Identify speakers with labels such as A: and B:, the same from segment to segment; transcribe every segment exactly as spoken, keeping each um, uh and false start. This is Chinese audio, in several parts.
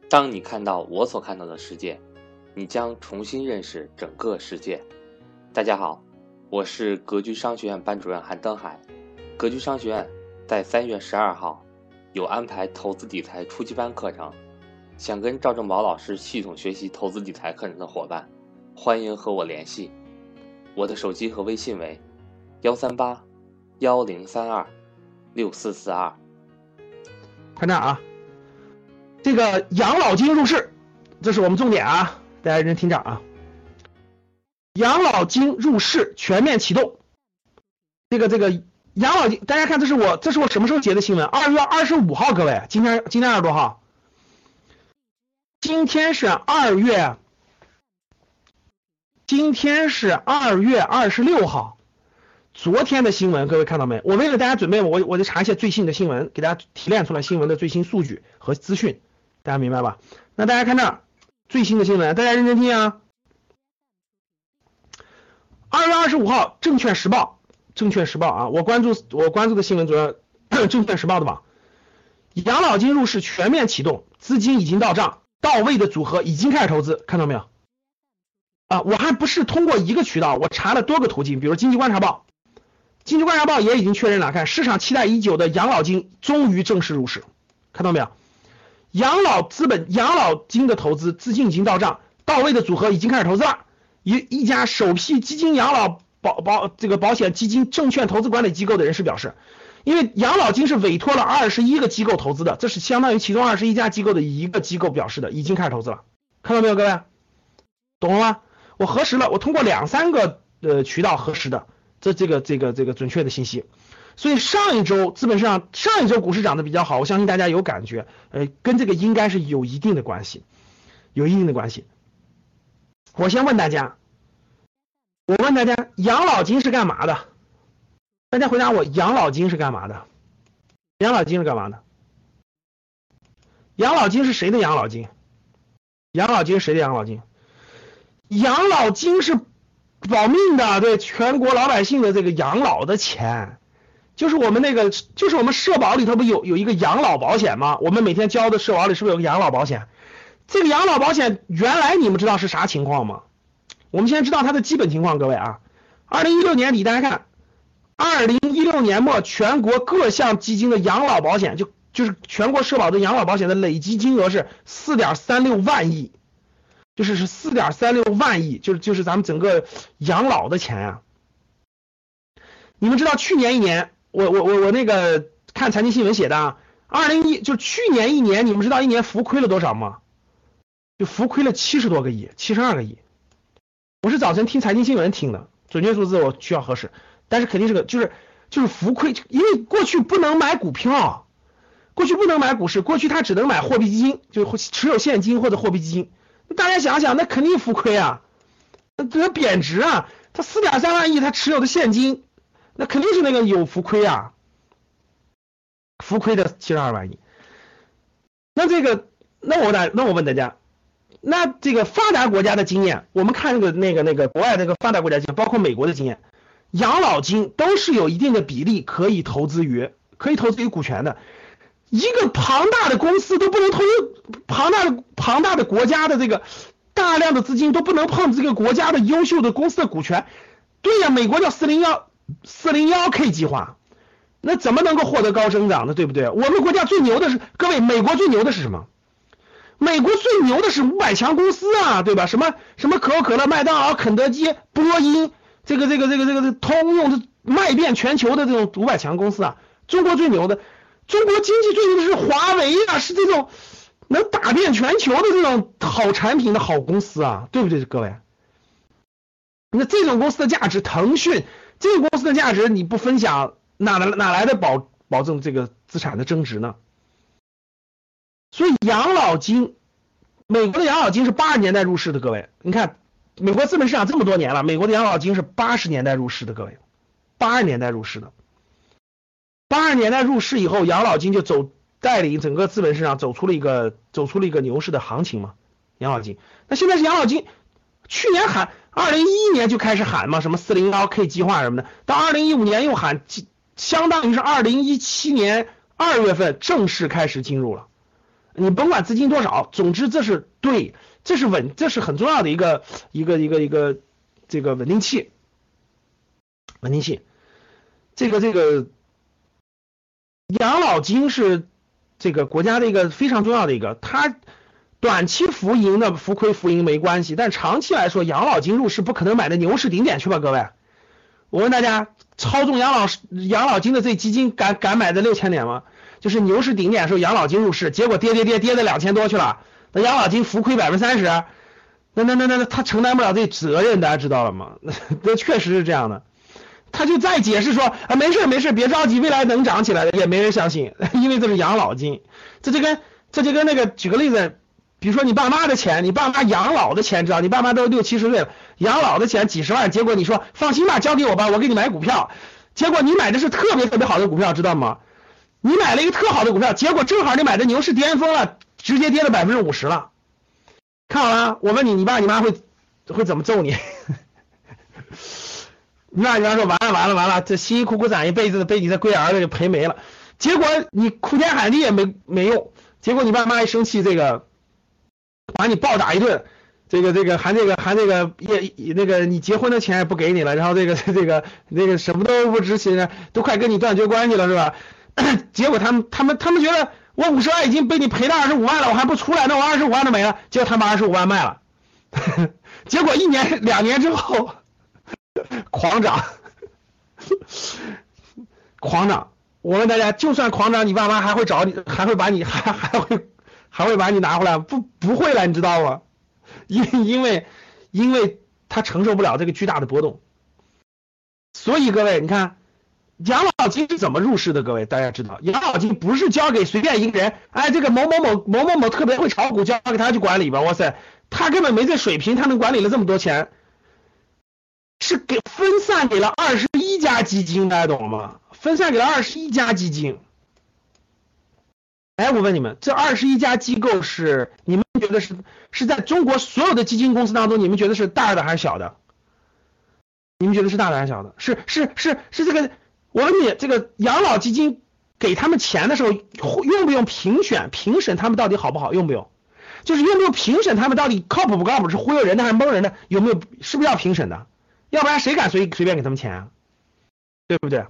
A: 当你看到我所看到的世界，你将重新认识整个世界。大家好，我是格局商学院班主任韩登海。格局商学院在三月十二号有安排投资理财初级班课程，想跟赵正宝老师系统学习投资理财课程的伙伴，欢迎和我联系。我的手机和微信为幺三八幺零三二六四四二。
B: 看这啊，这个养老金入市，这是我们重点啊，大家认真听着啊。养老金入市全面启动，这个这个养老金，大家看，这是我这是我什么时候截的新闻？二月二十五号，各位，今天今天二十多号？今天是二月，今天是二月二十六号。昨天的新闻，各位看到没？我为了大家准备，我我就查一些最新的新闻，给大家提炼出来新闻的最新数据和资讯，大家明白吧？那大家看这儿最新的新闻，大家认真听啊。二月二十五号，证券时报，证券时报啊，我关注我关注的新闻主要证券时报的网，养老金入市全面启动，资金已经到账，到位的组合已经开始投资，看到没有？啊，我还不是通过一个渠道，我查了多个途径，比如经济观察报。经济观察报也已经确认了，看市场期待已久的养老金终于正式入市，看到没有？养老资本、养老金的投资资金已经到账，到位的组合已经开始投资了。一一家首批基金养老保保这个保险基金证券投资管理机构的人士表示，因为养老金是委托了二十一个机构投资的，这是相当于其中二十一家机构的一个机构表示的，已经开始投资了，看到没有，各位？懂了吗？我核实了，我通过两三个呃渠道核实的。这这个这个这个准确的信息，所以上一周资本市场上一周股市涨得比较好，我相信大家有感觉，呃，跟这个应该是有一定的关系，有一定的关系。我先问大家，我问大家，养老金是干嘛的？大家回答我，养老金是干嘛的？养老金是干嘛的？养老金是谁的养老金？养老金是谁的养老金？养老金是保命的，对全国老百姓的这个养老的钱，就是我们那个，就是我们社保里头不有有一个养老保险吗？我们每天交的社保里是不是有个养老保险？这个养老保险原来你们知道是啥情况吗？我们先知道它的基本情况，各位啊，二零一六年底大家看，二零一六年末全国各项基金的养老保险，就就是全国社保的养老保险的累计金额是四点三六万亿。就是是四点三六万亿，就是就是咱们整个养老的钱啊。你们知道去年一年，我我我我那个看财经新闻写的啊，二零一就去年一年，你们知道一年浮亏了多少吗？就浮亏了七十多个亿，七十二个亿。我是早晨听财经新闻听的，准确数字我需要核实，但是肯定是个就是就是浮亏，因为过去不能买股票，过去不能买股市，过去他只能买货币基金，就持有现金或者货币基金。大家想想，那肯定浮亏啊，那它贬值啊，它四点三万亿，它持有的现金，那肯定是那个有浮亏啊，浮亏的七十二万亿。那这个，那我来，那我问大家，那这个发达国家的经验，我们看那个那个那个国外那个发达国家经验，包括美国的经验，养老金都是有一定的比例可以投资于，可以投资于股权的。一个庞大的公司都不能投入庞大的庞大的国家的这个大量的资金都不能碰这个国家的优秀的公司的股权，对呀，美国叫四零一 四零一 K 计划，那怎么能够获得高增长呢？对不对？我们国家最牛的是，各位，美国最牛的是什么？美国最牛的是五百强公司啊，对吧？什么什么可口可乐、麦当劳、肯德基、波音，这个这个这个这个通用，卖遍全球的这种五百强公司啊，中国最牛的。中国经济最牛的是华为啊，是这种能打遍全球的这种好产品的好公司啊，对不对，各位？那这种公司的价值，腾讯这种公司的价值你不分享，哪来哪来的保保证这个资产的增值呢？所以养老金，美国的养老金是八十年代入市的，各位，你看美国资本市场这么多年了，美国的养老金是八十年代入市的，各位，八十年代入市的。八十年代入市以后，养老金就走带领整个资本市场走出了一个走出了一个牛市的行情嘛。养老金，那现在是养老金，去年喊二零一一年就开始喊嘛，什么四零一 K 计划什么的，到二零一五年又喊，相当于是二零一七年二月份正式开始进入了。 你甭管资金多少，总之这是对，这是稳，这是很重要的一个一个一个一个这个稳定器，稳定器。这个这个养老金是这个国家的一个非常重要的一个，它短期浮盈的浮亏浮盈没关系，但长期来说，养老金入市不可能买的牛市顶点去吧，各位。我问大家，操纵养老养老金的这基金敢敢买的六千点吗？就是牛市顶点的时候养老金入市，结果跌跌跌跌到两千多去了，那养老金浮亏百分之三十，那那那那他承担不了这责任，大家知道了吗？那确实是这样的。他就再解释说啊，没事没事，别着急，未来能涨起来的，也没人相信，因为这是养老金。这就跟这就跟那个举个例子，比如说你爸妈的钱，你爸妈养老的钱，知道你爸妈都六七十岁了，养老的钱几十万，结果你说放心吧，交给我吧，我给你买股票，结果你买的是特别特别好的股票，知道吗？你买了一个特好的股票，结果正好你买的牛市巅峰了，直接跌了百分之五十了。看好了，我问你，你爸你妈会会怎么揍你？你爸你妈说完了完了完了，这辛辛苦苦攒一辈子的被你这龟儿子给赔没了，结果你哭天喊地也没没用，结果你爸妈一生气，这个把你暴打一顿，这个这个还这个还这个也那个你结婚的钱也不给你了，然后这个这个那个什么都不执行了，都快跟你断绝关系了是吧？结果他们他们他们觉得我五十万已经被你赔到二十五万了，我还不出来，那我二十五万都没了，结果他把二十五万卖了，结果一年两年之后狂涨，狂涨。我问大家，就算狂涨，你爸妈还会找你，还会把你还还会还会把你拿回来？不不会了，你知道吗？因因为因为他承受不了这个巨大的波动。所以各位，你看养老金是怎么入市的？各位大家知道，养老金不是交给随便一个人，哎，这个某某某某某某特别会炒股，交给他去管理吧。哇塞，他根本没这水平，他能管理了这么多钱。是给分散给了二十一家基金，大家懂了吗？分散给了二十一家基金。哎，我问你们，这二十一家机构是你们觉得是是在中国所有的基金公司当中，你们觉得是大的还是小的？你们觉得是大的还是小的？是是是是这个，我问你，这个养老基金给他们钱的时候，用不用评选评审他们到底好不好？用不用？就是用不用评审他们到底靠谱不靠谱？是忽悠人的还是蒙人的？有没有？是不是要评审的？要不然谁敢随随便给他们钱啊？对不对？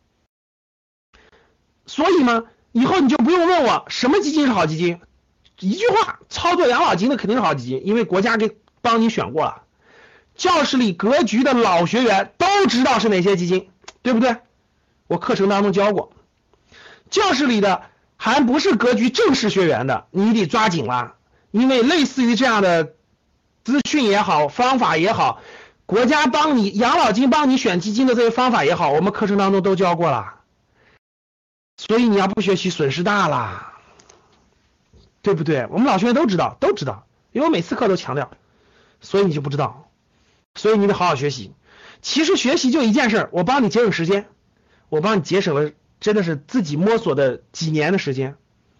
B: 所以嘛，以后你就不用问我什么基金是好基金，一句话，操作养老金的肯定是好基金，因为国家给帮你选过了。教室里格局的老学员都知道是哪些基金，对不对？我课程当中教过。教室里的还不是格局正式学员的，你得抓紧了，因为类似于这样的资讯也好，方法也好，国家帮你养老金帮你选基金的这些方法也好，我们课程当中都教过了。所以你要不学习损失大了，对不对？我们老学员都知道，都知道，因为我每次课都强调，所以你就不知道，所以你得好好学习。其实学习就一件事，我帮你节省时间，我帮你节省了真的是自己摸索的几年的时间，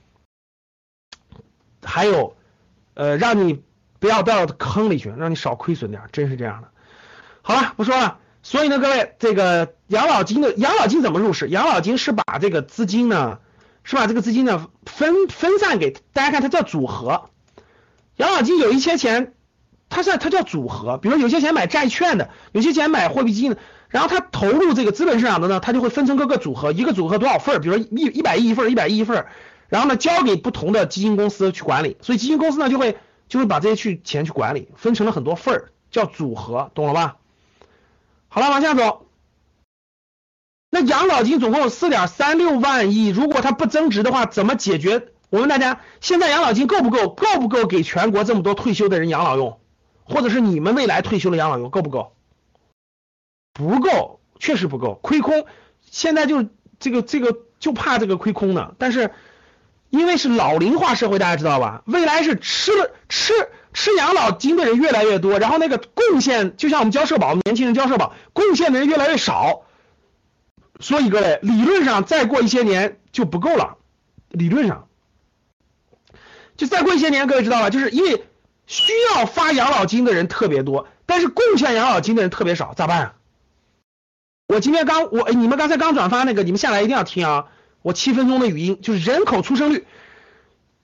B: 还有呃让你不要掉到坑里去，让你少亏损点，真是这样的。好了，不说了。所以呢，各位，这个养老金的养老金怎么入市？养老金是把这个资金呢，是把这个资金呢分分散给大家看，它叫组合。养老金有一些钱，它是它叫组合，比如有些钱买债券的，有些钱买货币基金的，然后它投入这个资本市场的呢，它就会分成各个组合，一个组合多少份，比如一一百亿一份，一百亿一份，然后呢交给不同的基金公司去管理，所以基金公司呢就会就会把这些去钱去管理，分成了很多份儿，叫组合，懂了吧？好了，往下走。那养老金总共有 四点三六万亿，如果它不增值的话，怎么解决？我问大家，现在养老金够不够？够不够给全国这么多退休的人养老用？或者是你们未来退休的养老用，够不够？不够，确实不够，亏空。现在就这个这个就怕这个亏空呢。但是因为是老龄化社会，大家知道吧？未来是吃了吃。吃养老金的人越来越多，然后那个贡献，就像我们交社保，年轻人交社保，贡献的人越来越少，所以各位，理论上再过一些年就不够了，理论上，就再过一些年，各位知道吧？就是因为需要发养老金的人特别多，但是贡献养老金的人特别少，咋办？我今天刚我你们刚才刚转发那个，你们下来一定要听啊，我七分钟的语音，就是人口出生率。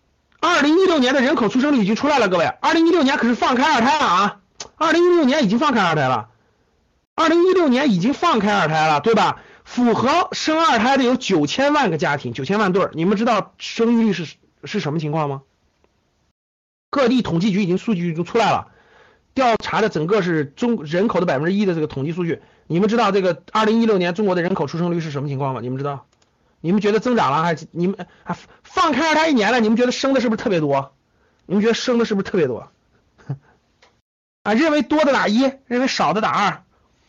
B: 二零一六年的人口出生率已经出来了，各位，二零一六年可是放开二胎了啊，二零一六年已经放开二胎了，二零一六年已经放开二胎了，对吧？符合生二胎的有九千万个家庭，九千万对儿，你们知道生育率是是什么情况吗？各地统计局已经数据已经出来了，调查的整个是中人口的百分之一的这个统计数据，你们知道这个二零一六年中国的人口出生率是什么情况吗？你们知道？你们觉得增长了还是你们啊放开二胎一年了？你们觉得生的是不是特别多？你们觉得生的是不是特别多？啊，认为多的打一，认为少的打二。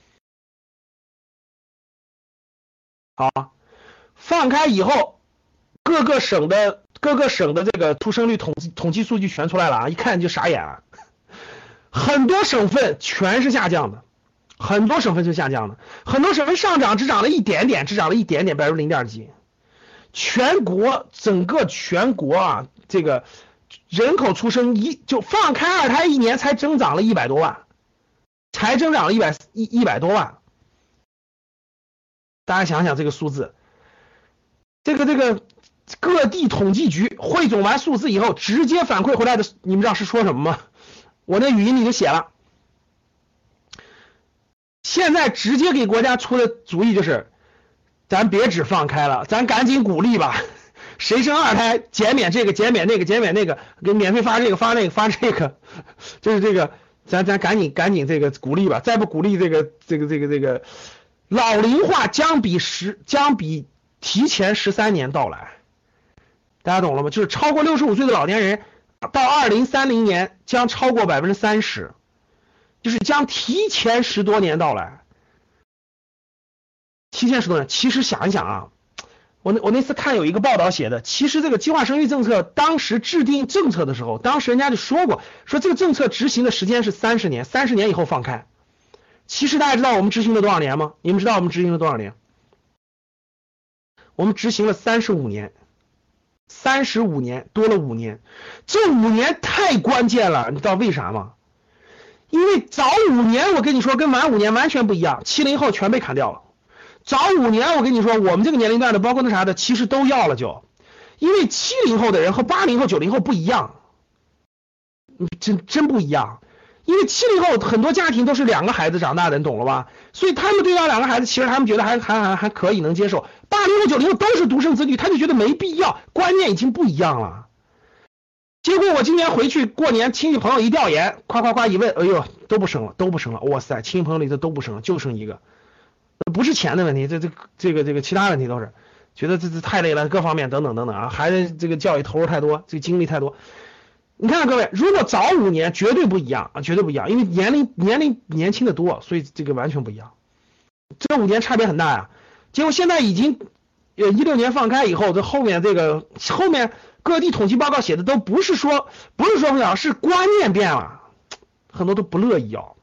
B: 好，放开以后，各个省的各个省的这个出生率统计统计数据全出来了啊，一看就傻眼了。很多省份全是下降的，很多省份是下降的，很多省份上涨只涨了一点点，只涨了一点点，百分之零点几。全国整个全国啊，这个人口出生一就放开二胎一年才增长了一百多万，才增长了一百一一百多万。大家想想这个数字，这个这个各地统计局汇总完数字以后，直接反馈回来的，你们知道是说什么吗？我那语音里就写了，现在直接给国家出的主意就是，咱别只放开了，咱赶紧鼓励吧，谁生二胎减免这个减免那个减免那个，给免费发这个发那个发这个，就是这个，咱咱赶紧赶紧这个鼓励吧，再不鼓励这个这个这个这个。老龄化将比十将比提前十三年到来，大家懂了吗？就是超过六十五岁的老年人，到二零三零年将超过百分之三十，就是将提前十多年到来，提前十多年。其实想一想啊，我那我那次看有一个报道写的，其实这个计划生育政策当时制定政策的时候，当时人家就说过，说这个政策执行的时间是三十年，三十年以后放开。其实大家知道我们执行了多少年吗？你们知道我们执行了多少年？我们执行了三十五年，三十五年多了五年，这五年太关键了，你知道为啥吗？因为早五年我跟你说跟晚五年完全不一样，七零后全被砍掉了。早五年我跟你说我们这个年龄段的，包括那啥的，其实都要了就，因为七零后的人和八零后九零后不一样，真真不一样。因为七零后很多家庭都是两个孩子长大的，你懂了吧？所以他们对待两个孩子，其实他们觉得还还还还可以能接受。八零后九零后都是独生子女，他就觉得没必要，观念已经不一样了。结果我今年回去过年，亲戚朋友一调研，夸夸夸一问，哎呦，都不生了，都不生了，哇塞，亲戚朋友里头都不生了，就生一个，不是钱的问题，这这这个这个其他问题都是觉得这这太累了，各方面等等等等啊，孩子这个教育投入太多，这个精力太多。你看看各位，如果早五年绝对不一样啊，绝对不一样，因为年龄年龄年轻的多，所以这个完全不一样。这五年差别很大呀。结果现在已经呃一六年放开以后，这后面这个后面各地统计报告写的都不是说不是说不了，是观念变了，很多都不乐意要。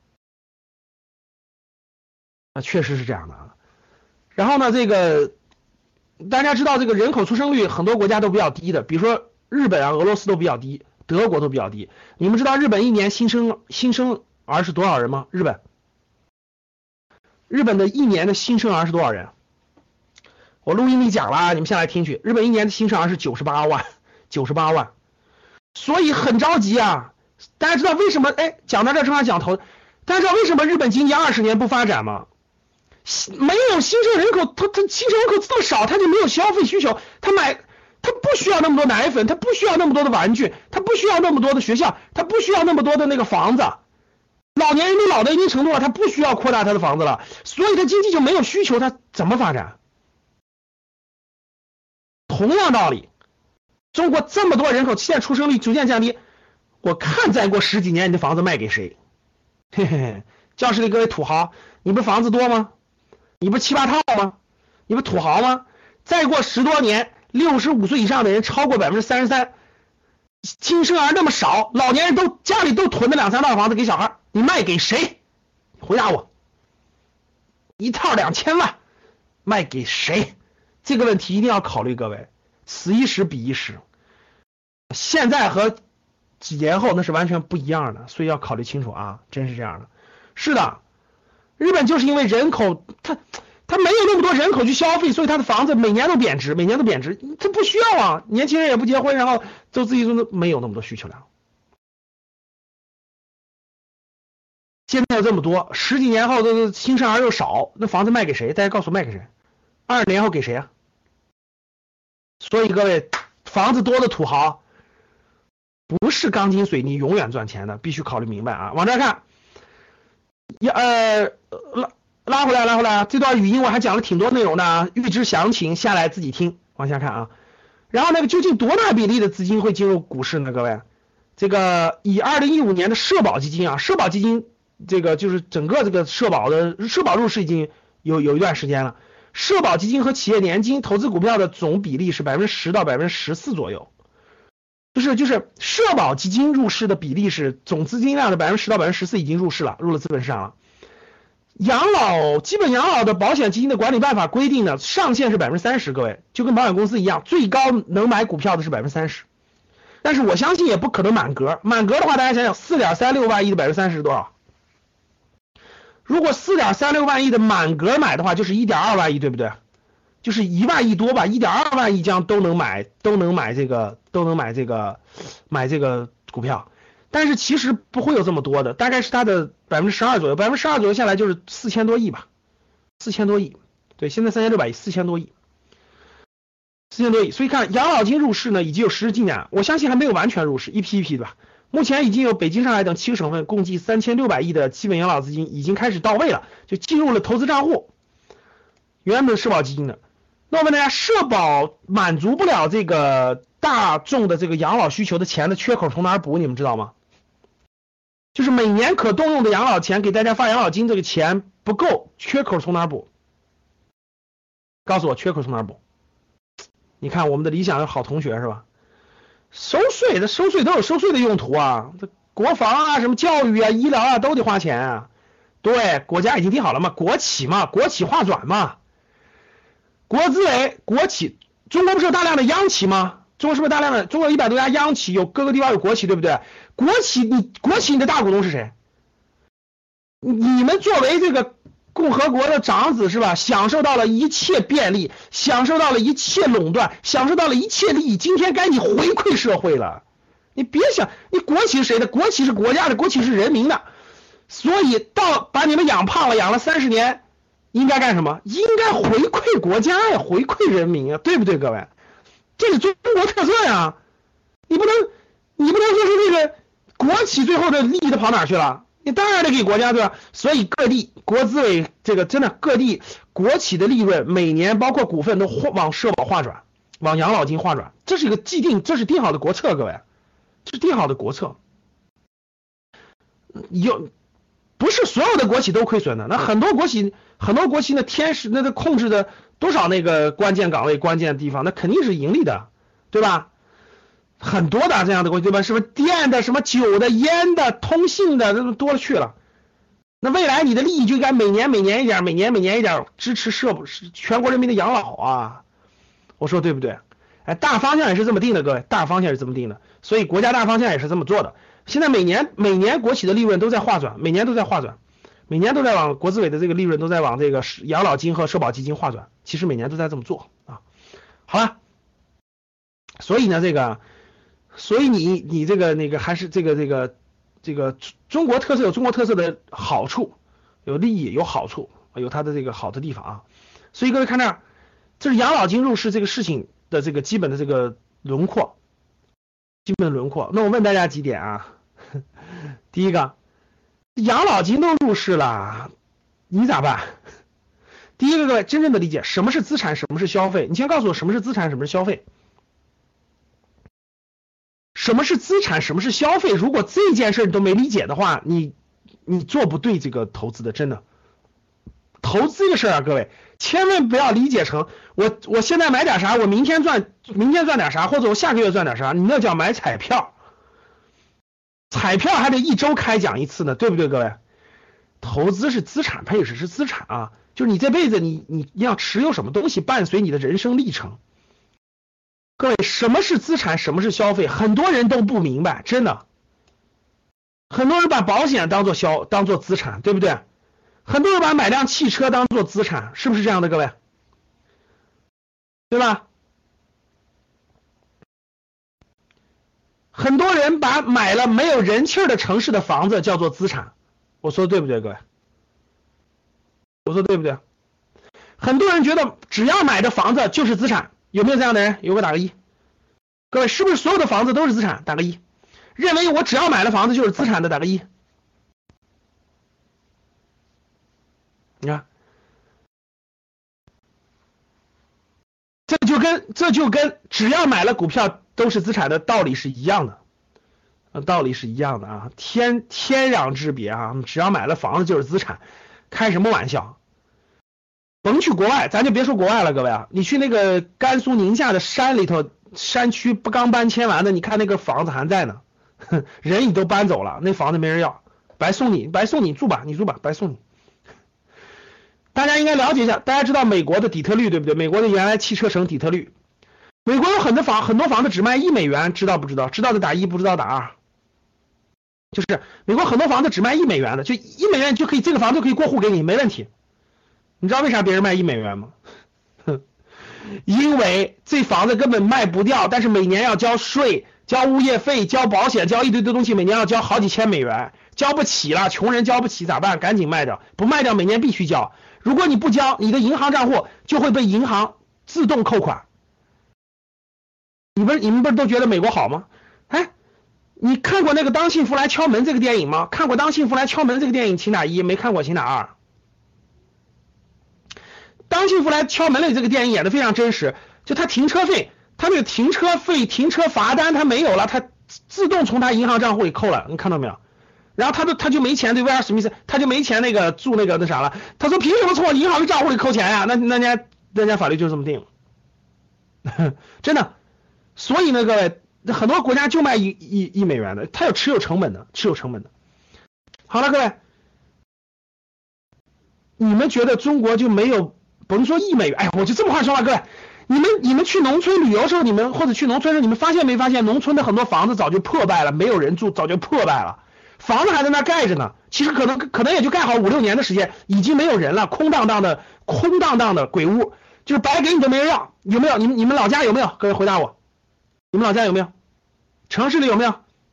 B: 啊，确实是这样的啊。然后呢，这个大家知道这个人口出生率很多国家都比较低的，比如说日本啊、俄罗斯都比较低，德国都比较低。你们知道日本一年新生新生儿是多少人吗？日本，日本的一年的新生儿是多少人？我录音里讲了，你们下来听去。日本一年的新生儿是九十八万，九十八万，所以很着急啊。大家知道为什么？哎，讲到这正好讲头，大家知道为什么日本经济二十年不发展吗？没有新生人口，他他新生人口这么少，他就没有消费需求，他买。他不需要那么多奶粉，他不需要那么多的玩具，他不需要那么多的学校，他不需要那么多的那个房子。老年人都老到一定程度了，他不需要扩大他的房子了，所以他经济就没有需求，他怎么发展？同样道理，中国这么多人口，现在出生率逐渐降低，我看再过十几年你的房子卖给谁？嘿嘿嘿，教室里各位土豪，你不房子多吗？你不七八套吗？你不土豪吗？再过十多年。六十五岁以上的人超过百分之三十三，新生儿那么少，老年人都家里都囤了两三套房子给小孩，你卖给谁？回答我，一套两千万，卖给谁？这个问题一定要考虑，各位，此一时彼一时，现在和几年后那是完全不一样的，所以要考虑清楚啊，真是这样的。是的，日本就是因为人口它他没有那么多人口去消费，所以他的房子每年都贬值，每年都贬值，他不需要啊，年轻人也不结婚，然后做自己做的没有那么多需求量。现在有这么多，十几年后的新生儿又少，那房子卖给谁？大家告诉我卖给谁？二十年后给谁啊？所以各位，房子多的土豪不是钢筋水泥永远赚钱的，必须考虑明白啊。往这看，呀呃拉拉回来拉回来，这段语音我还讲了挺多内容的啊，预知详情下来自己听。往下看啊，然后那个究竟多大比例的资金会进入股市呢？各位，这个以二零一五年的社保基金啊，社保基金。这个就是整个这个社保的社保入市已经有有一段时间了，社保基金和企业年金投资股票的总比例是百分之十到百分之十四左右，就是就是社保基金入市的比例是总资金量的百分之十到百分之十四已经入市了，入了资本市场了。养老基本养老的保险基金的管理办法规定呢，上限是百分之三十，各位就跟保险公司一样，最高能买股票的是百分之三十，但是我相信也不可能满格，满格的话大家想想，四点三六万亿的百分之三十是多少？如果 四点三六万亿的满格买的话，就是 一点二万亿，对不对？就是一万亿多吧， 一点二万亿将都能买都能买这个都能买这个买这个股票。但是其实不会有这么多的，大概是它的 百分之十二 左右， 百分之十二 左右下来就是四千多亿吧，四千多亿。对，现在三千六百亿，四千多亿。四千多亿，所以看养老金入市呢已经有实质进展，我相信还没有完全入市，一批一批的吧。目前已经有北京、上海等七个省份共计三千六百亿的基本养老资金已经开始到位了，就进入了投资账户。原本社保基金的，那我问大家，社保满足不了这个大众的这个养老需求的钱的缺口从哪儿补？你们知道吗？就是每年可动用的养老钱给大家发养老金这个钱不够，缺口从哪儿补？告诉我缺口从哪儿补？你看我们的理想好同学是吧？收税的收税都有收税的用途啊，这国防啊、什么教育啊、医疗啊都得花钱啊。对，国家已经定好了嘛，国企嘛，国企划转嘛。国资委、国企，中国不是有大量的央企吗？中国是不是大量的？中国有一百多家央企，有各个地方有国企，对不对？国企，你国企你的大股东是谁？你们作为这个共和国的长子是吧？享受到了一切便利，享受到了一切垄断，享受到了一切利益。今天该你回馈社会了。你别想，你国企是谁的？国企是国家的，国企是人民的。所以到把你们养胖了，养了三十年，应该干什么？应该回馈国家呀，回馈人民啊，对不对，各位？这是中国特色呀。你不能，你不能说是这个国企最后的利益都跑哪去了？你当然得给国家，对吧？所以各地国资委这个真的各地国企的利润每年包括股份都往社保划转，往养老金划转，这是一个既定，这是定好的国策，各位，这是定好的国策。有不是所有的国企都亏损的，那很多国企很多国企呢，天时那都控制的多少那个关键岗位、关键地方，那肯定是盈利的，对吧？很多的这样的国企，对吧？什么电的、什么酒的、烟的、通信的，这多了去了。那未来你的利益就应该每年每年一点，每年每年一点支持社保全国人民的养老啊！我说对不对？哎，大方向也是这么定的，各位，大方向是这么定的，所以国家大方向也是这么做的。现在每年每年国企的利润都在划转，每年都在划转，每年都在往国资委的这个利润都在往这个养老金和社保基金划转，其实每年都在这么做啊。好了，所以呢，这个。所以你你这个那个还是这个这个这个中国特色有中国特色的好处，有利益有好处，有它的这个好的地方啊。所以各位看这儿，这是养老金入市这个事情的这个基本的这个轮廓，基本的轮廓。那我问大家几点啊？第一个，养老金都入市了，你咋办？第一个，各位真正的理解什么是资产，什么是消费。你先告诉我什么是资产，什么是消费。什么是资产，什么是消费？如果这件事你都没理解的话，你你做不对这个投资的，真的。投资这个事儿啊，各位千万不要理解成我我现在买点啥，我明天赚明天赚点啥，或者我下个月赚点啥，你那叫买彩票。彩票还得一周开奖一次呢，对不对，各位？投资是资产配置，是资产啊，就是你这辈子你你要持有什么东西伴随你的人生历程。各位，什么是资产，什么是消费？很多人都不明白，真的。很多人把保险当做消，当做资产，对不对？ 很多人把买辆汽车当做资产，是不是这样的各位？对吧？很多人把买了没有人气儿的城市的房子叫做资产，我说的对不对各位？我说对不对？很多人觉得只要买的房子就是资产，有没有这样的人？有个打个一。各位是不是所有的房子都是资产？打个一。认为我只要买了房子就是资产的打个一。你看，这就跟这就跟只要买了股票都是资产的道理是一样的，呃，道理是一样的啊，天天壤之别啊！只要买了房子就是资产，开什么玩笑？甭去国外，咱就别说国外了，各位啊，你去那个甘肃宁夏的山里头，山区不刚搬迁完的，你看那个房子还在呢，人你都搬走了，那房子没人要，白送你，白送你住吧，你住吧，白送你。大家应该了解一下，大家知道美国的底特律对不对？美国的原来汽车城底特律，美国有很多房很多房子只卖一美元，知道不知道？知道的打一，不知道打二。就是美国很多房子只卖一美元的，就一美元就可以，这个房子就可以过户给你，没问题。你知道为啥别人卖一美元吗？因为这房子根本卖不掉，但是每年要交税、交物业费、交保险、交一堆堆东西，每年要交好几千美元，交不起了，穷人交不起咋办？赶紧卖掉，不卖掉每年必须交。如果你不交，你的银行账户就会被银行自动扣款。你不是你们不是都觉得美国好吗？哎，你看过那个《当幸福来敲门》这个电影吗？看过《当幸福来敲门》这个电影，请打一；没看过，请打二。当幸福来敲门里这个电影演的非常真实，就他停车费，他那个停车费、停车罚单他没有了，他自动从他银行账户里扣了，你看到没有？然后他就他就没钱，对威尔史密斯他就没钱那个住那个那啥了。他说凭什么从我银行的账户里扣钱呀？那那家那家法律就这么定，真的。所以呢，各位，很多国家就卖一一一美元的，它有持有成本的，持有成本的。好了，各位，你们觉得中国就没有？甭说一美元，哎，我就这么话说话，各位，你们你们去农村旅游的时候，你们或者去农村的时候，你们发现没发现，农村的很多房子早就破败了，没有人住，早就破败了。房子还在那盖着呢，其实可能可能也就盖好五六年的时间，已经没有人了，空荡荡的空荡荡的鬼屋，就是白给你都没人要，有没有？你们你们老家有没有？各位回答我，你们老家有没有？城市里有没有？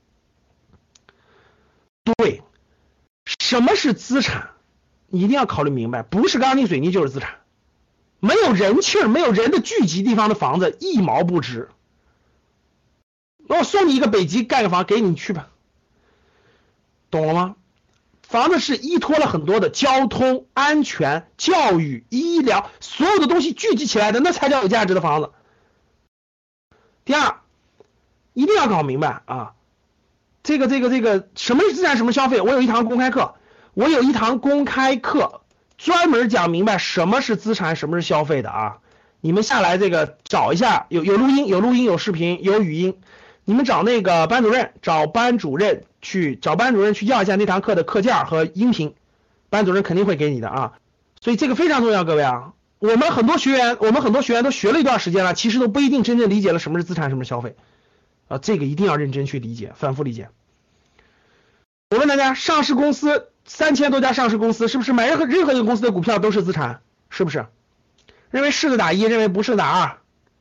B: 对，什么是资产？你一定要考虑明白，不是钢筋水泥就是资产，没有人气儿、没有人的聚集地方的房子一毛不值。那我送你一个北极盖个房，给你去吧。懂了吗？房子是依托了很多的交通、安全、教育、医疗所有的东西聚集起来的，那才叫有价值的房子。第二，一定要搞明白啊，这个这个这个什么是资产，什么消费？我有一堂公开课，我有一堂公开课专门讲明白什么是资产，什么是消费的啊。你们下来这个找一下，有有录音，有录音，有视频，有语音。你们找那个班主任，找班主任去找班主任去要一下那堂课的课件和音频，班主任肯定会给你的啊。所以这个非常重要，各位啊，我们很多学员，我们很多学员都学了一段时间了，其实都不一定真正理解了什么是资产，什么是消费啊，这个一定要认真去理解，反复理解。我问大家，上市公司三千多家上市公司，是不是买任何任何一个公司的股票都是资产？是不是？认为是的打一，认为不是的打二。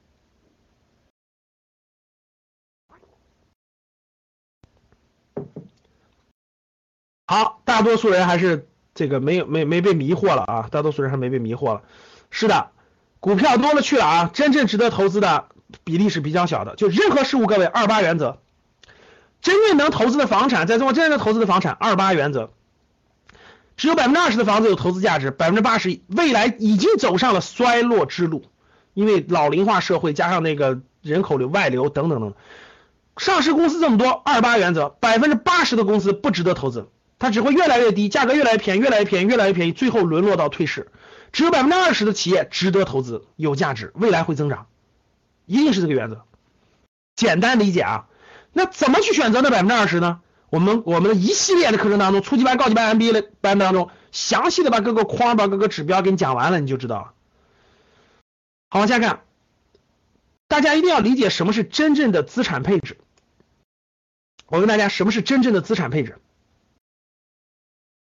B: 好，大多数人还是这个没有没没被迷惑了啊，大多数人还没被迷惑了。是的，股票多了去了啊，真正值得投资的比例是比较小的。就任何事物，各位二八原则，真正能投资的房产，在中国真正能投资的房产二八原则，只有百分之二十的房子有投资价值，百分之八十未来已经走上了衰落之路，因为老龄化社会加上那个人口流外流等等等。上市公司这么多，二八原则，百分之八十的公司不值得投资。它只会越来越低，价格越来越便宜，越来越便宜，越来越便宜，最后沦落到退市。只有百分之二十的企业值得投资，有价值，未来会增长，一定是这个原则。简单理解啊。那怎么去选择那百分之二十呢？我们我们的一系列的课程当中，初级班、高级班、M B A 的班当中，详细的把各个框、把各个指标给你讲完了，你就知道了。好，往下看，大家一定要理解什么是真正的资产配置。我问大家，什么是真正的资产配置？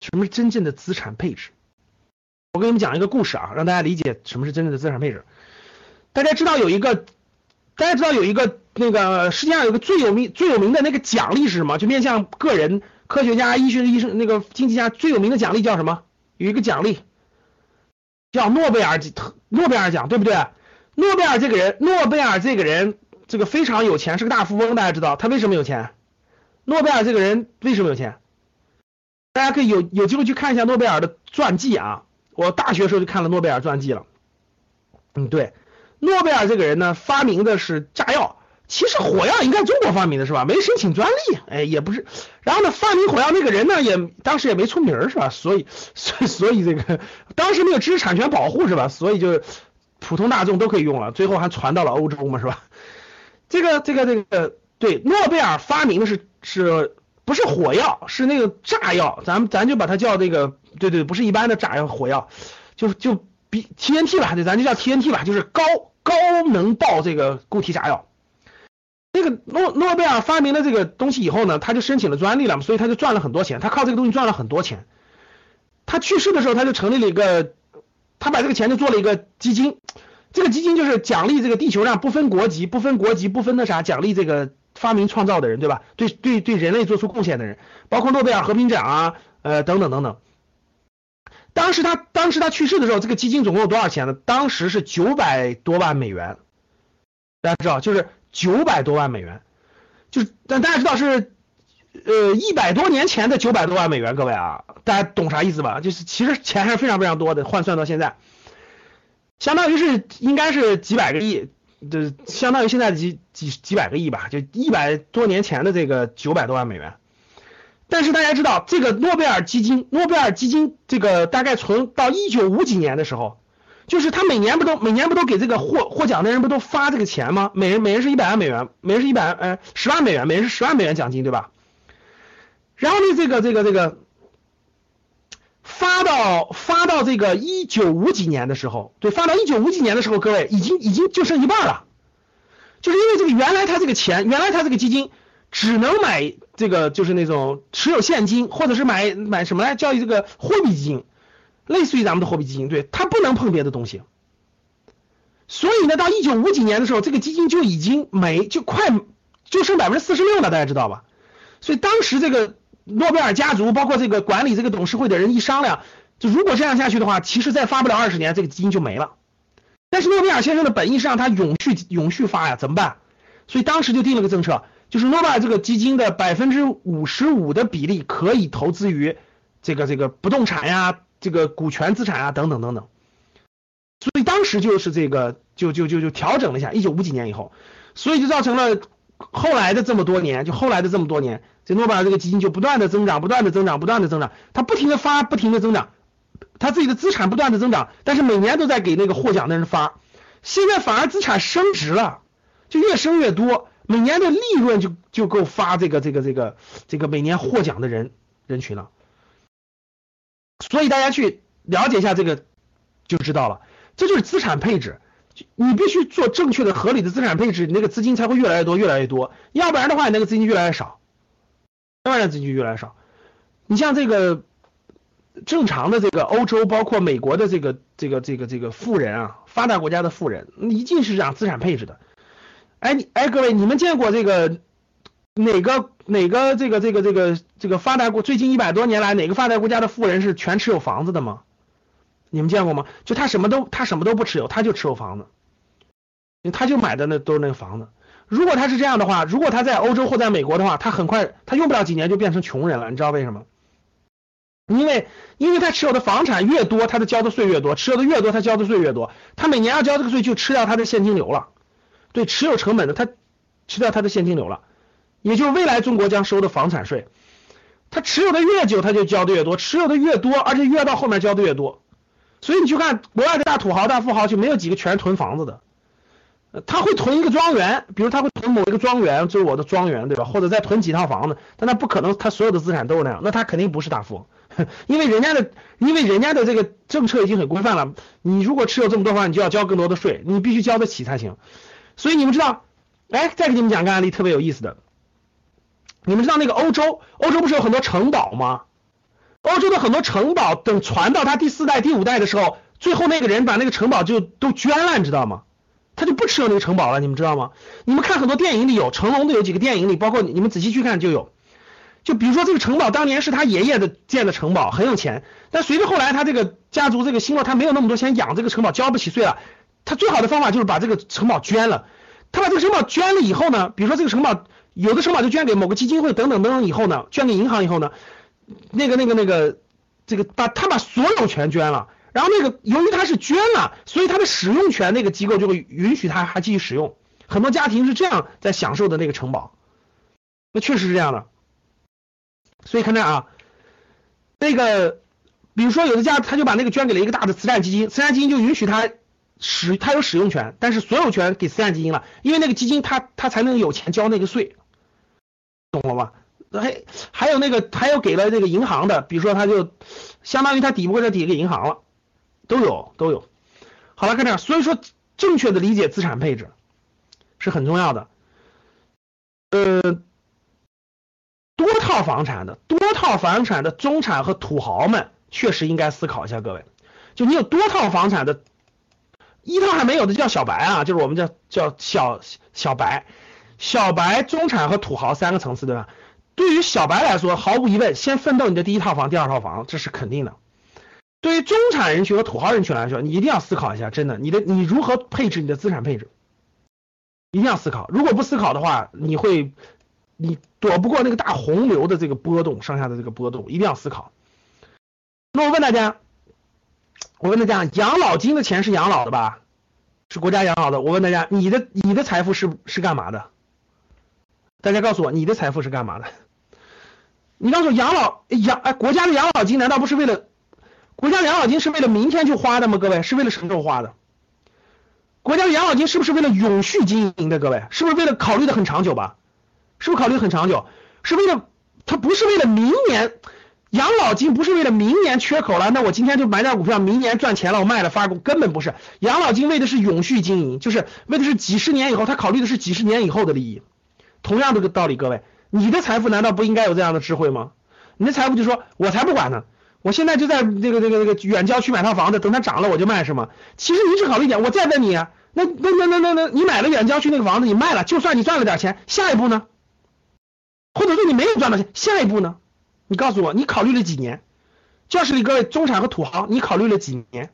B: 什么是真正的资产配置？我给你们讲一个故事啊，让大家理解什么是真正的资产配置。大家知道有一个，大家知道有一个那个世界上有一个最有名最有名的那个奖励是什么？就面向个人、科学家、医学医生那个经济家最有名的奖励叫什么？有一个奖励叫诺贝尔诺贝尔奖，对不对？诺贝尔这个人，诺贝尔这个人这个非常有钱，是个大富翁，大家知道他为什么有钱？诺贝尔这个人为什么有钱？大家可以有有机会去看一下诺贝尔的传记啊，我大学时候就看了诺贝尔传记了。嗯，对，诺贝尔这个人呢，发明的是炸药，其实火药应该中国发明的是吧？没申请专利，哎，也不是。然后呢，发明火药那个人呢，也当时也没出名是吧？所以，所以，所以这个当时没有知识产权保护是吧？所以就普通大众都可以用了，最后还传到了欧洲嘛是吧？这个，这个，这个，对，诺贝尔发明的是是。不是火药，是那个炸药，咱们咱就把它叫这个，对对，不是一般的炸药火药，就就比 T N T 吧，对，咱就叫 T N T 吧，就是高高能爆这个固体炸药。那个诺诺贝尔发明了这个东西以后呢，他就申请了专利了，所以他就赚了很多钱，他靠这个东西赚了很多钱。他去世的时候，他就成立了一个，他把这个钱就做了一个基金，这个基金就是奖励这个地球上不分国籍、不分国籍、不分那啥，奖励这个发明创造的人，对吧？对对对，人类做出贡献的人，包括诺贝尔和平奖啊，呃等等等等。当时他当时他去世的时候，这个基金总共有多少钱呢？当时是九百多万美元，大家知道，就是九百多万美元，就是但大家知道是呃一百多年前的九百多万美元，各位啊，大家懂啥意思吧？就是其实钱还是非常非常多的，换算到现在，相当于是应该是几百个亿。这相当于现在几几几百个亿吧，就一百多年前的这个九百多万美元。但是大家知道，这个诺贝尔基金，诺贝尔基金这个大概从到一九五几年的时候，就是他每年不都每年不都给这个获获奖的人不都发这个钱吗？每人每人是一百万美元，每人是一百呃十万美元，每人是十万美元奖金，对吧？然后呢，这个这个这个发到发到这个一九五几年的时候，对，发到一九五几年的时候，各位已经已经就剩一半了，就是因为这个原来他这个钱，原来他这个基金只能买这个就是那种持有现金，或者是买买什么来叫这个货币基金，类似于咱们的货币基金，对，他不能碰别的东西。所以呢，到一九五几年的时候，这个基金就已经没就快就剩百分之四十六了，大家知道吧？所以当时这个诺贝尔家族包括这个管理这个董事会的人一商量，就如果这样下去的话，其实再发不了二十年，这个基金就没了。但是诺贝尔先生的本意是让他永续永续发呀，怎么办？所以当时就定了个政策，就是诺贝尔这个基金的百分之五十五的比例可以投资于这个这个不动产呀、这个股权资产啊等等等等。所以当时就是这个就就就就调整了一下，一九五几年以后，所以就造成了后来的这么多年，就后来的这么多年，这诺贝尔这个基金就不断的增长，不断的增长，不断的增长，它不停的发，不停的增长，它自己的资产不断的增长，但是每年都在给那个获奖的人发，现在反而资产升值了，就越升越多，每年的利润就就够发这个这个这个这个每年获奖的人人群了。所以大家去了解一下这个就知道了，这就是资产配置。你必须做正确的合理的资产配置，你那个资金才会越来越多越来越多，要不然的话你那个资金越来越少，要不然资金就越来越少。你像这个正常的这个欧洲包括美国的这个这个这个这个富人啊，发达国家的富人一定是讲资产配置的。哎你哎各位，你们见过这个哪个哪个这个这个这个这个发达国最近一百多年来哪个发达国家的富人是全持有房子的吗？你们见过吗？就他什么都他什么都不持有，他就持有房子，他就买的那都是那个房子。如果他是这样的话，如果他在欧洲或在美国的话，他很快他用不了几年就变成穷人了。你知道为什么？因为因为他持有的房产越多，他的交的税越多，持有的越多，他交的税越多，他每年要交这个税就吃掉他的现金流了。对，持有成本的他吃掉他的现金流了，也就是未来中国将收的房产税。他持有的越久，他就交的越多，持有的越多，而且越到后面交的越多。所以你去看国外的大土豪大富豪，就没有几个全囤房子的，他会囤一个庄园，比如他会囤某一个庄园，这是我的庄园，对吧？或者再囤几套房子，但他不可能他所有的资产都是那样，那他肯定不是大富翁，因为人家的因为人家的这个政策已经很规范了，你如果持有这么多房，你就要交更多的税，你必须交得起才行。所以你们知道，哎，再给你们讲个案例特别有意思的，你们知道那个欧洲欧洲不是有很多城堡吗？ 欧洲的很多城堡等传到他第四代、第五代的时候，最后那个人把那个城堡就都捐了，你知道吗？他就不持有那个城堡了，你们知道吗？你们看很多电影里有，成龙的有几个电影里，包括你们仔细去看就有。就比如说这个城堡当年是他爷爷的建的城堡，很有钱，但随着后来他这个家族这个兴落，他没有那么多钱养这个城堡，交不起税了。他最好的方法就是把这个城堡捐了。他把这个城堡捐了以后呢，比如说这个城堡有的城堡就捐给某个基金会等等等等以后呢，捐给银行以后呢，那个那个那个这个把他把所有权捐了，然后那个由于他是捐了，所以他的使用权那个机构就会允许他还继续使用。很多家庭是这样在享受的那个城堡，那确实是这样的。所以看这啊，那个比如说有的家他就把那个捐给了一个大的慈善基金，慈善基金就允许他使他有使用权，但是所有权给慈善基金了，因为那个基金他他才能有钱交那个税，懂了吗？还还有那个还有给了那个银行的，比如说他就相当于他抵不过这抵给银行了，都有都有。好了，看这样，所以说正确的理解资产配置是很重要的。呃，多套房产的多套房产的中产和土豪们确实应该思考一下，各位，就你有多套房产的。一套还没有的叫小白啊，就是我们叫叫小小白，小白、中产和土豪三个层次，对吧？对于小白来说，毫无疑问，先奋斗你的第一套房、第二套房，这是肯定的。对于中产人群和土豪人群来说，你一定要思考一下，真的，你的你如何配置你的资产配置，一定要思考。如果不思考的话，你会你躲不过那个大洪流的这个波动，上下的这个波动，一定要思考。那我问大家。我问大家，养老金的钱是养老的吧？是国家养老的。我问大家，你的你的财富是是干嘛的？大家告诉我，你的财富是干嘛的？你告诉我，养老养哎，国家的养老金难道不是为了国家的养老金是为了明天去花的吗？各位，是为了什么时候花的？国家的养老金是不是为了永续经营的？各位，是不是为了考虑的很长久吧？是不是考虑很长久？是为了它不是为了明年。养老金不是为了明年缺口了，那我今天就买点股票，明年赚钱了我卖了发工，根本不是。养老金为的是永续经营，就是为的是几十年以后，他考虑的是几十年以后的利益。同样的道理，各位，你的财富难道不应该有这样的智慧吗？你的财富就说我才不管呢，我现在就在这个这个这个远郊区买套房子，等它涨了我就卖，是吗？其实你只考虑一点，我再问你啊，那那那那那那你买了远郊区那个房子，你卖了，就算你赚了点钱，下一步呢？或者说你没有赚到钱，下一步呢？你告诉我，你考虑了几年？教室里各位中产和土豪，你考虑了几年？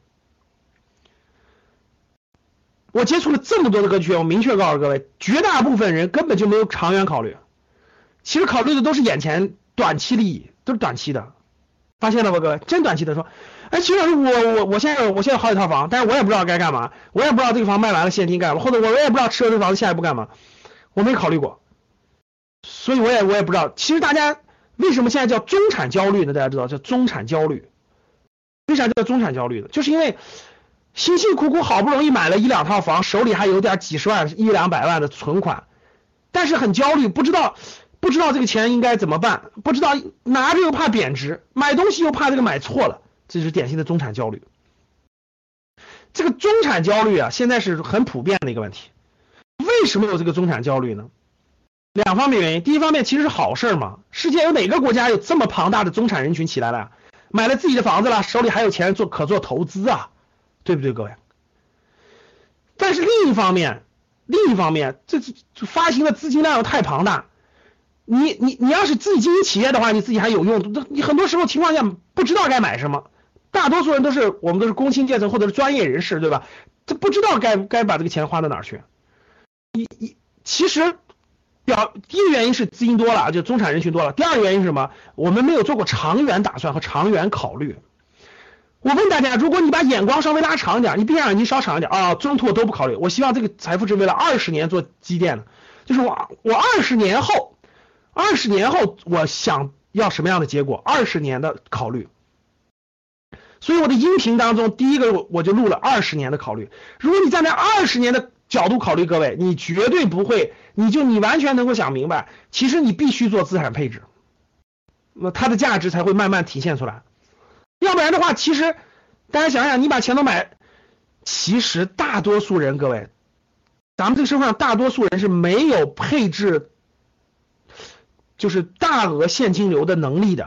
B: 我接触了这么多的格局学员，我明确告诉各位，绝大部分人根本就没有长远考虑，其实考虑的都是眼前短期利益，都是短期的，发现了吧，各位？真短期的说，哎，其实我我我现在我现在有好几套房，但是我也不知道该干嘛，我也不知道这个房卖完了现金干嘛，或者我也不知道吃了这个房子下一步干嘛，我没考虑过，所以我也我也不知道。其实大家。为什么现在叫中产焦虑呢？大家知道叫中产焦虑，为啥叫中产焦虑呢？就是因为辛辛苦苦好不容易买了一两套房，手里还有点几十万一两百万的存款，但是很焦虑，不知道不知道这个钱应该怎么办，不知道拿着又怕贬值，买东西又怕这个买错了，这是典型的中产焦虑。这个中产焦虑啊，现在是很普遍的一个问题。为什么有这个中产焦虑呢？两方面原因，第一方面其实是好事嘛，世界有哪个国家有这么庞大的中产人群起来了，买了自己的房子了，手里还有钱做可做投资啊，对不对各位？但是另一方面，另一方面，这这发行的资金量又太庞大，你你你要是自己经营企业的话，你自己还有用，你很多时候情况下不知道该买什么，大多数人都是我们都是工薪阶层或者是专业人士，对吧？这不知道该该把这个钱花到哪儿去。你你其实。表第一个原因是资金多了，就中产人群多了。第二个原因是什么？我们没有做过长远打算和长远考虑。我问大家，如果你把眼光稍微拉长一点，你闭上眼睛稍长一点啊，中途我都不考虑。我希望这个财富是为了二十年做积淀的，就是我我二十年后，二十年后我想要什么样的结果？二十年的考虑。所以我的音频当中，第一个我就录了二十年的考虑。如果你站在二十年的角度考虑，各位，你绝对不会，你就你完全能够想明白，其实你必须做资产配置，那它的价值才会慢慢体现出来。要不然的话，其实大家想想，你把钱都买，其实大多数人，各位，咱们这个社会上大多数人是没有配置，就是大额现金流的能力的，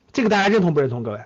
B: 这个大家认同不认同？各位，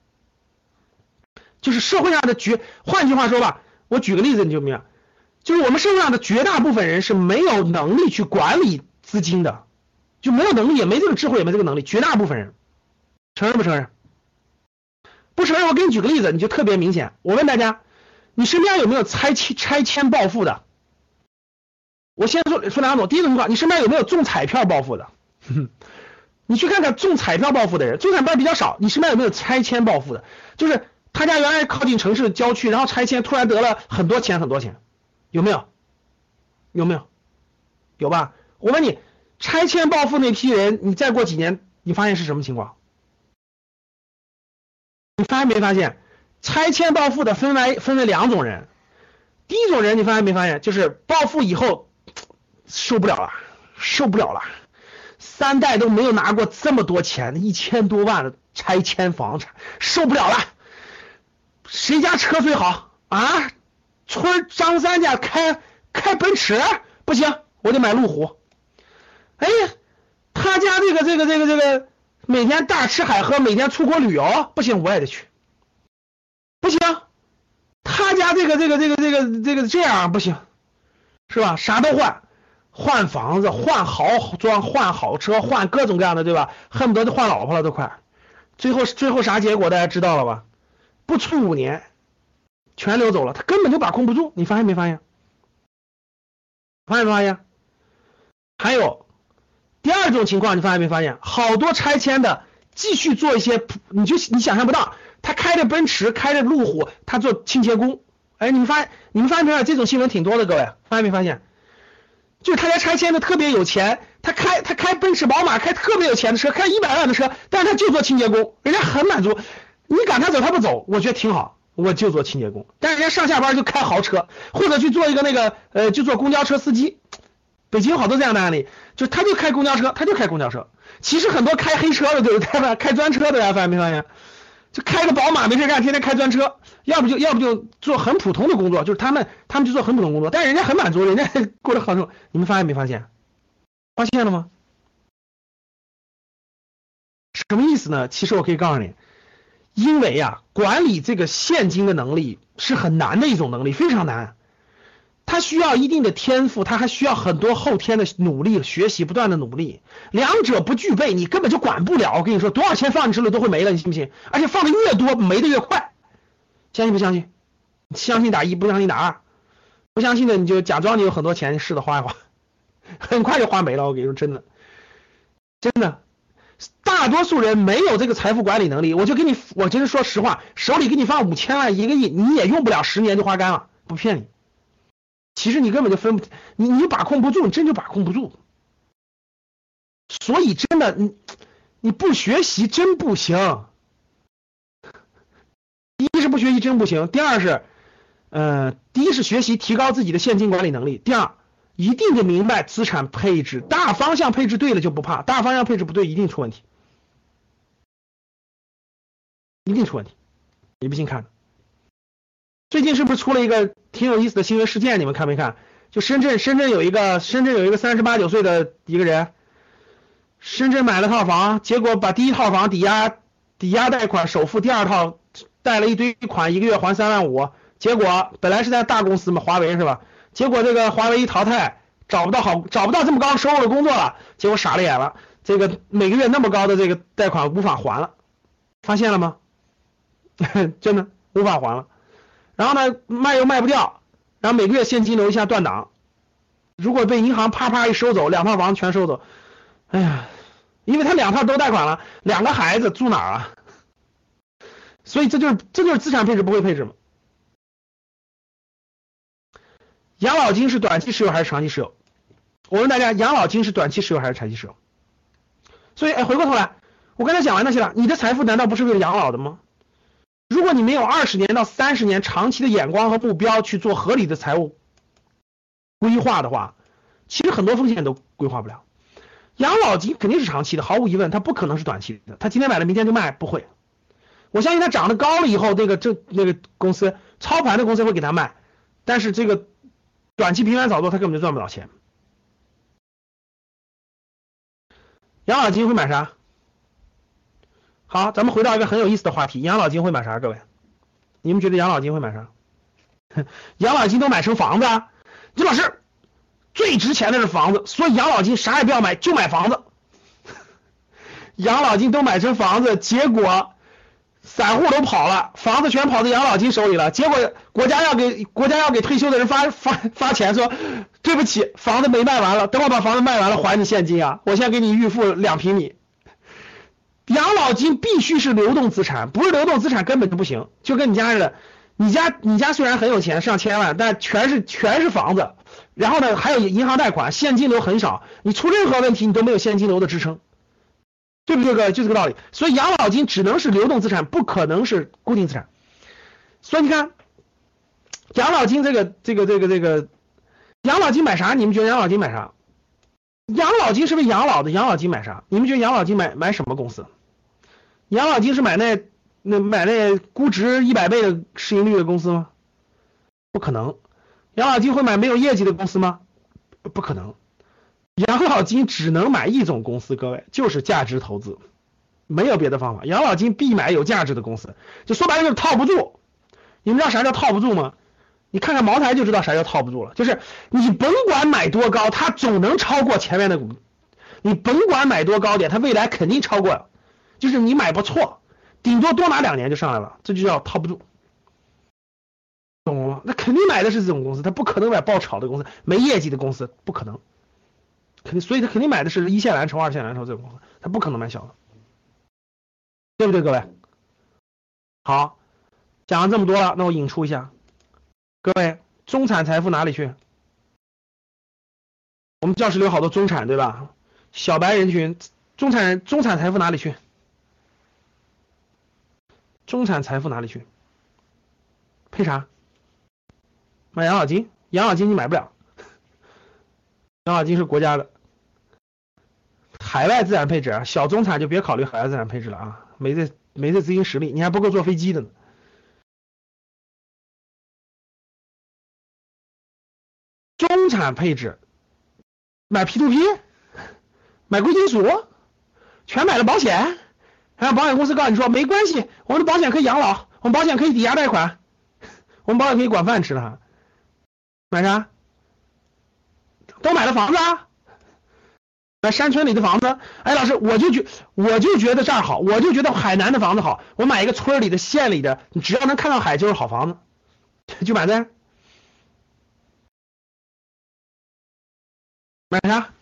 B: 就是社会上的绝，换句话说吧，我举个例子你就明白，就是我们社会上的绝大部分人是没有能力去管理资金的，就没有能力，也没这个智慧，也没这个能力，绝大部分人，承认不承认？不承认，我给你举个例子，你就特别明显。我问大家，你身边有没有拆迁拆迁暴富的？我先说说两种，第一种情况，你身边有没有中彩票暴富的？你去看看中彩票暴富的人，中彩票比较少，你身边有没有拆迁暴富的？就是他家原来靠近城市郊区，然后拆迁突然得了很多钱很多钱，有没有？有没有？有吧？我问你，拆迁暴富那批人，你再过几年，你发现是什么情况？你发现没发现？拆迁暴富的分为分为两种人，第一种人你发现没发现？就是暴富以后受不了了，受不了了，三代都没有拿过这么多钱，一千多万的拆迁房产，受不了了。谁家车最好啊？村张三家开开奔驰不行，我得买路虎。哎呀，他家这个这个这个这个每天大吃海喝，每天出国旅游不行，我也得去。不行，他家这个这个这个这个这个这样不行，是吧？啥都换，换房子，换豪装，换好车，换各种各样的，对吧？恨不得就换老婆了都快。最后最后啥结果大家知道了吧？不出五年，全流走了，他根本就把控不住。你发现没发现？发现没发现？还有第二种情况，你发现没发现？好多拆迁的继续做一些，你就你想象不到。他开着奔驰，开着路虎，他做清洁工。哎，你们发现你们发现没有？这种新闻挺多的，各位发现没发现？就是他家拆迁的特别有钱，他开他开奔驰宝马，开特别有钱的车，开一百万的车，但是他就做清洁工，人家很满足。你赶他走他不走，我觉得挺好，我就做清洁工。但是人家上下班就开豪车，或者去做一个那个呃，就做公交车司机。北京好多这样的案例，就是他就开公交车，他就开公交车。其实很多开黑车的，对不对？开专车的呀，发现没发现？就开个宝马没事干，天天开专车，要不就要不就做很普通的工作，就是他们他们就做很普通工作，但是人家很满足，人家过得好受。你们发现没发现？发现了吗？什么意思呢？其实我可以告诉你，因为呀、啊，管理这个现金的能力是很难的一种能力，非常难。它需要一定的天赋，它还需要很多后天的努力、学习、不断的努力。两者不具备，你根本就管不了。我跟你说，多少钱放进去了都会没了，你信不信？而且放的越多，没的越快。相信不相信？相信打一，不相信打二。不相信的你就假装你有很多钱，试着花一花，很快就花没了。我跟你说，真的，真的，大多数人没有这个财富管理能力。我就跟你，我真是说实话，手里给你放五千万、一个亿，你也用不了十年就花干了，不骗你。其实你根本就分不，你你把控不住，你真就把控不住。所以真的，你你不学习真不行。第一是不学习真不行，第二是，呃，第一是学习提高自己的现金管理能力，第二一定得明白资产配置，大方向配置对了就不怕，大方向配置不对一定出问题，一定出问题。你不信看。最近是不是出了一个挺有意思的新闻事件？你们看没看？就深圳，深圳有一个深圳有一个三十八九岁的一个人，深圳买了套房，结果把第一套房抵押抵押贷款首付，第二套贷了一堆款，一个月还三万五。结果本来是在大公司嘛，华为是吧？结果这个华为一淘汰，找不到好找不到这么高收入的工作了，结果傻了眼了，这个每个月那么高的这个贷款无法还了，发现了吗？真的无法还了。然后呢，卖又卖不掉，然后每个月现金流一下断档，如果被银行啪啪一收走，两套房全收走，哎呀，因为他两套都贷款了，两个孩子住哪儿啊？所以这就是这就是资产配置不会配置嘛。养老金是短期持有还是长期持有？我问大家，养老金是短期持有还是长期持有？所以，哎，回过头来，我刚才讲完那些了，你的财富难道不是为了养老的吗？如果你没有二十年到三十年长期的眼光和目标去做合理的财务规划的话，其实很多风险都规划不了。养老金肯定是长期的，毫无疑问，它不可能是短期的。它今天买了明天就卖，不会。我相信它涨得高了以后，那个这那个公司操盘的公司会给它卖，但是这个短期频繁炒作，它根本就赚不到钱。养老金会买啥？ 好，咱们回到一个很有意思的话题，养老金会买啥？各位，你们觉得养老金会买啥？养老金都买成房子啊？李老师，最值钱的是房子，所以养老金啥也不要买，就买房子。养老金都买成房子，结果散户都跑了，房子全跑到养老金手里了，结果国家要给国家要给退休的人发发发钱，说对不起，房子没卖完了，等我把房子卖完了还你现金啊，我先给你预付两平米。养老金必须是流动资产，不是流动资产根本就不行。就跟你家似的，你家你家虽然很有钱，上千万，但全是全是房子，然后呢还有银行贷款，现金流很少，你出任何问题你都没有现金流的支撑，对不对？哥，就这个道理。所以养老金只能是流动资产，不可能是固定资产。所以你看，养老金这个这个这个这个，养老金买啥？你们觉得养老金买啥？养老金是不是养老的？养老金买啥？你们觉得养老金买买什么公司？养老金是买那那买那估值一百倍的市盈率的公司吗？不可能。养老金会买没有业绩的公司吗？不可能。养老金只能买一种公司，各位，就是价值投资，没有别的方法。养老金必买有价值的公司，就说白了就是套不住。你们知道啥叫套不住吗？你看看茅台就知道啥叫套不住了，就是你甭管买多高，它总能超过前面的股，你甭管买多高点，它未来肯定超过，就是你买不错，顶多多拿两年就上来了，这就叫套不住，懂了吗？那肯定买的是这种公司，他不可能买爆炒的公司，没业绩的公司，不可能，肯定，所以他肯定买的是一线蓝筹、二线蓝筹这种公司，他不可能买小的，对不对，各位？好，讲了这么多了，那我引出一下。各位，中产财富哪里去？我们教室里有好多中产，对吧？小白人群，中产人，中产财富哪里去？中产财富哪里去？配啥？买养老金？养老金你买不了，养老金是国家的。海外资产配置啊，小中产就别考虑海外资产配置了啊，没这没这资金实力，你还不够坐飞机的呢。中产配置，买 P to P， 买贵金属，全买了保险，然后保险公司告诉你说没关系，我们的保险可以养老，我们保险可以抵押贷款，我们保险可以管饭吃的。买啥？都买了房子啊，买山村里的房子。哎，老师，我就觉我就觉得这儿好，我就觉得海南的房子好，我买一个村里的、县里的，你只要能看到海就是好房子，就买这。买啥？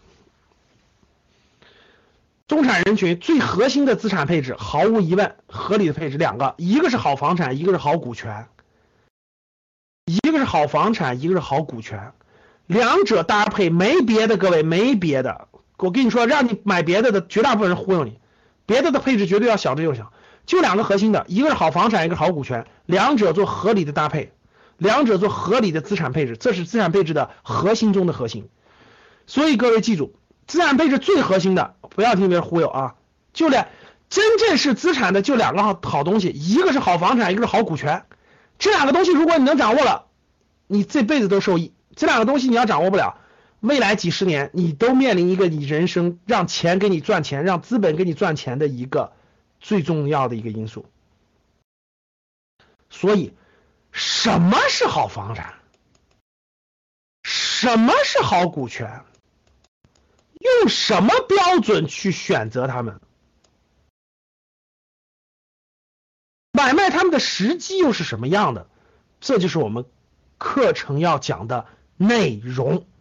B: 中产人群最核心的资产配置，毫无疑问，合理的配置两个，一个是好房产，一个是好股权，一个是好房产，一个是好股权，两者搭配没别的，各位没别的。我跟你说，让你买别的的，绝大部分人忽悠你，别的的配置绝对要小之又小，就两个核心的，一个是好房产，一个是好股权，两者做合理的搭配，两者做合理的资产配置，这是资产配置的核心中的核心。所以各位记住，资产配置最核心的，不要听别人忽悠啊，就两真正是资产的就两个好好东西，一个是好房产，一个是好股权。这两个东西如果你能掌握了，你这辈子都受益。这两个东西你要掌握不了，未来几十年你都面临一个你人生让钱给你赚钱，让资本给你赚钱的一个最重要的一个因素。所以什么是好房产？什么是好股权？用什么标准去选择他们？买卖他们的时机又是什么样的？这就是我们课程要讲的内容。